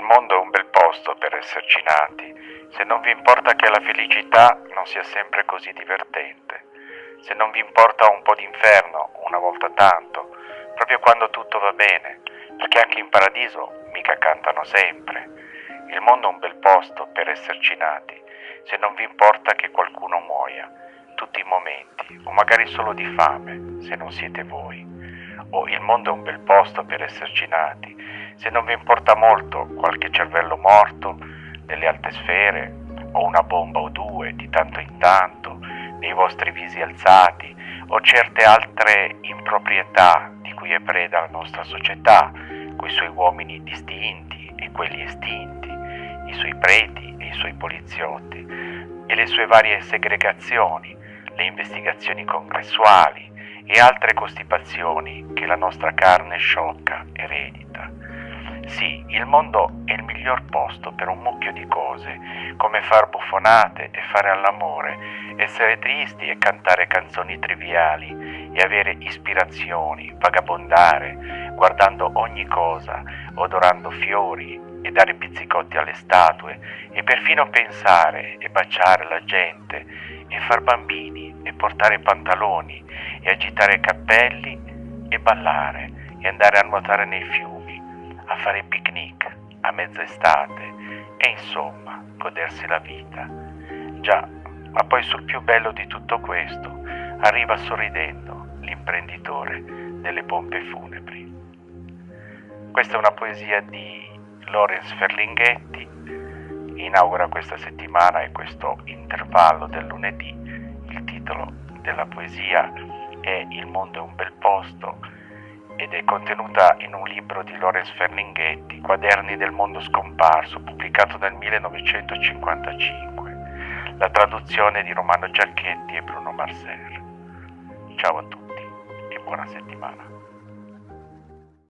mondo è un bel posto per esserci nati, se non vi importa che la felicità non sia sempre così divertente, se non vi importa un po' d'inferno una volta tanto, proprio quando tutto va bene, perché anche in paradiso mica cantano sempre. Il mondo è un bel posto per esserci nati, se non vi importa che qualcuno muoia, tutti i momenti, o magari solo di fame, se non siete voi. O il mondo è un bel posto per esserci nati, se non vi importa molto qualche cervello morto nelle alte sfere, o una bomba o due di tanto in tanto nei vostri visi alzati, o certe altre improprietà di cui è preda la nostra società, coi suoi uomini distinti e quelli estinti, i suoi preti e i suoi poliziotti, e le sue varie segregazioni, le investigazioni congressuali e altre costipazioni che la nostra carne sciocca eredita. Sì, il mondo è il miglior posto per un mucchio di cose, come far buffonate e fare all'amore, essere tristi e cantare canzoni triviali e avere ispirazioni, vagabondare, guardando ogni cosa, odorando fiori e dare pizzicotti alle statue e perfino pensare e baciare la gente e far bambini e portare pantaloni e agitare cappelli e ballare e andare a nuotare nei fiumi, a fare picnic a mezza estate e insomma godersi la vita. Già, ma poi sul più bello di tutto questo arriva sorridendo l'imprenditore delle pompe funebri. Questa è una poesia di Lorenz Ferlinghetti, inaugura questa settimana e questo intervallo del lunedì. Il titolo della poesia è Il mondo è un bel posto ed è contenuta in un libro di Lorenz Ferlinghetti, Quaderni del mondo scomparso, pubblicato nel 1955. La traduzione di Romano Giacchetti e Bruno Marser. Ciao a tutti e buona settimana.